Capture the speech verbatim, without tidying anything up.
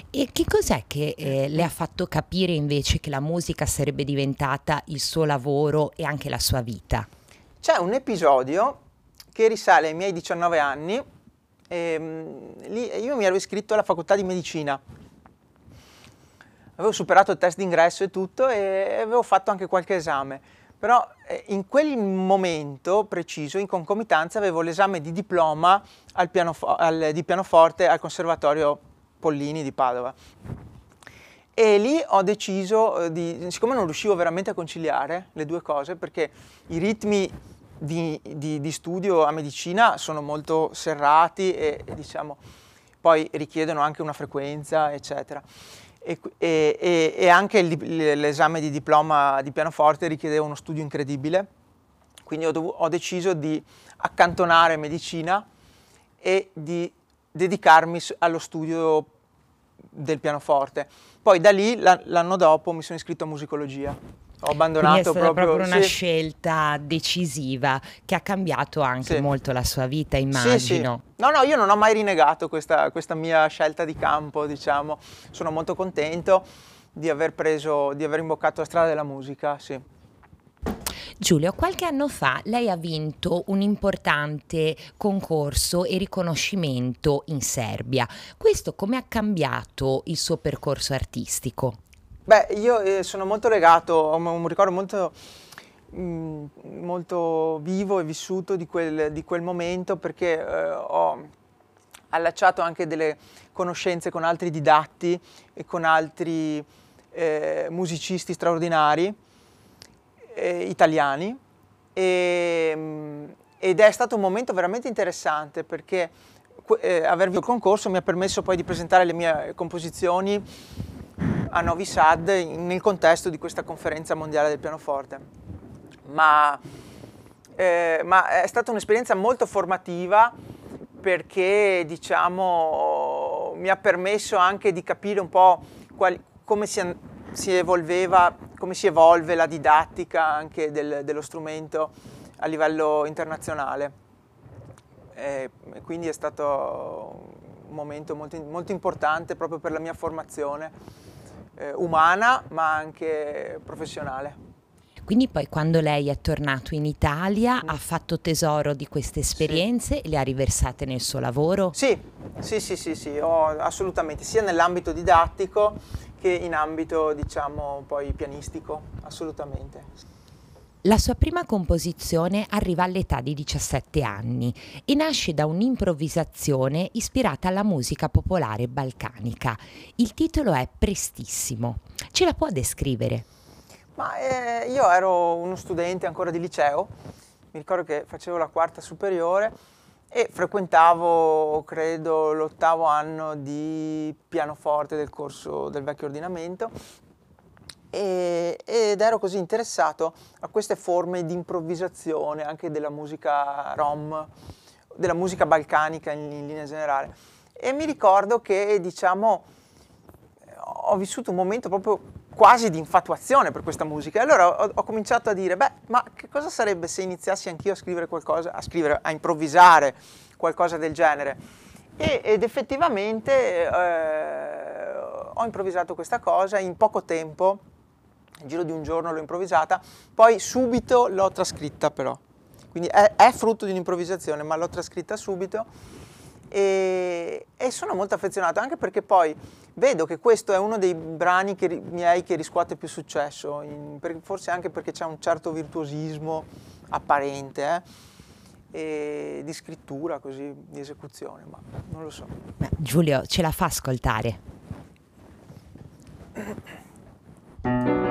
E che cos'è che eh, le ha fatto capire invece che la musica sarebbe diventata il suo lavoro e anche la sua vita? C'è un episodio che risale ai miei diciannove anni, e, mm, lì io mi ero iscritto alla facoltà di medicina. Avevo superato il test d'ingresso e tutto e avevo fatto anche qualche esame, però eh, in quel momento preciso, in concomitanza, avevo l'esame di diploma al pianofo- al- di pianoforte al Conservatorio Pollini di Padova. E lì ho deciso eh, di, siccome non riuscivo veramente a conciliare le due cose, perché i ritmi di, di- di studio a medicina sono molto serrati e, e, diciamo, poi richiedono anche una frequenza, eccetera. E, e- e- e anche il di- l'esame di diploma di pianoforte richiedeva uno studio incredibile, quindi ho, dovu- ho deciso di accantonare medicina e di dedicarmi s- allo studio del pianoforte. Poi da lì, la- l'anno dopo, mi sono iscritto a musicologia. Ho Quindi è abbandonato stata proprio... proprio una Sì, scelta decisiva che ha cambiato anche sì, molto la sua vita, sì, sì. immagino. No, no, io non ho mai rinnegato questa, questa mia scelta di campo, diciamo. Sono molto contento di aver preso, di aver imboccato la strada della musica, sì. Giulio, qualche anno fa lei ha vinto un importante concorso e riconoscimento in Serbia. Questo come ha cambiato il suo percorso artistico? Beh, io eh, sono molto legato, ho un un ricordo molto, mm, molto vivo e vissuto di quel, di quel momento, perché eh, ho allacciato anche delle conoscenze con altri didatti e con altri eh, musicisti straordinari eh, italiani e, mm, ed è stato un momento veramente interessante, perché que- eh, aver vinto il concorso mi ha permesso poi di presentare le mie composizioni a Novi Sad in- nel contesto di questa conferenza mondiale del pianoforte. Ma, eh, ma è stata un'esperienza molto formativa, perché diciamo mi ha permesso anche di capire un po' quali- come si, an- si evolveva, come si evolve la didattica anche del- dello strumento a livello internazionale. E, e quindi è stato un momento molto, molto importante proprio per la mia formazione eh, umana, ma anche professionale. Quindi poi quando lei è tornato in Italia Mm. ha fatto tesoro di queste Sì. esperienze e le ha riversate nel suo lavoro? Sì, sì, sì, sì, sì, ho- assolutamente, sia nell'ambito didattico che in ambito, diciamo, poi pianistico, assolutamente. La sua prima composizione arriva all'età di diciassette anni e nasce da un'improvvisazione ispirata alla musica popolare balcanica. Il titolo è Prestissimo. Ce la può descrivere? Ma eh, io ero uno studente ancora di liceo, mi ricordo che facevo la quarta superiore e frequentavo, credo, l'ottavo anno di pianoforte del corso del vecchio ordinamento e- ed ero così interessato a queste forme di improvvisazione anche della musica rom, della musica balcanica in, in linea generale. E mi ricordo che, diciamo, ho vissuto un momento proprio quasi di infatuazione per questa musica. E allora ho, ho cominciato a dire, beh, ma che cosa sarebbe se iniziassi anch'io a scrivere qualcosa, a scrivere, a improvvisare qualcosa del genere? E- ed effettivamente eh, ho improvvisato questa cosa in poco tempo, nel giro di un giorno l'ho improvvisata, poi subito l'ho trascritta però. Quindi è, è frutto di un'improvvisazione, ma l'ho trascritta subito e, e sono molto affezionato, anche perché poi vedo che questo è uno dei brani che, ri- miei che riscuote più successo, in- per- forse anche perché c'è un certo virtuosismo apparente, eh, e di scrittura, così, di esecuzione, ma non lo so. Beh, Giulio, ce la fa ascoltare?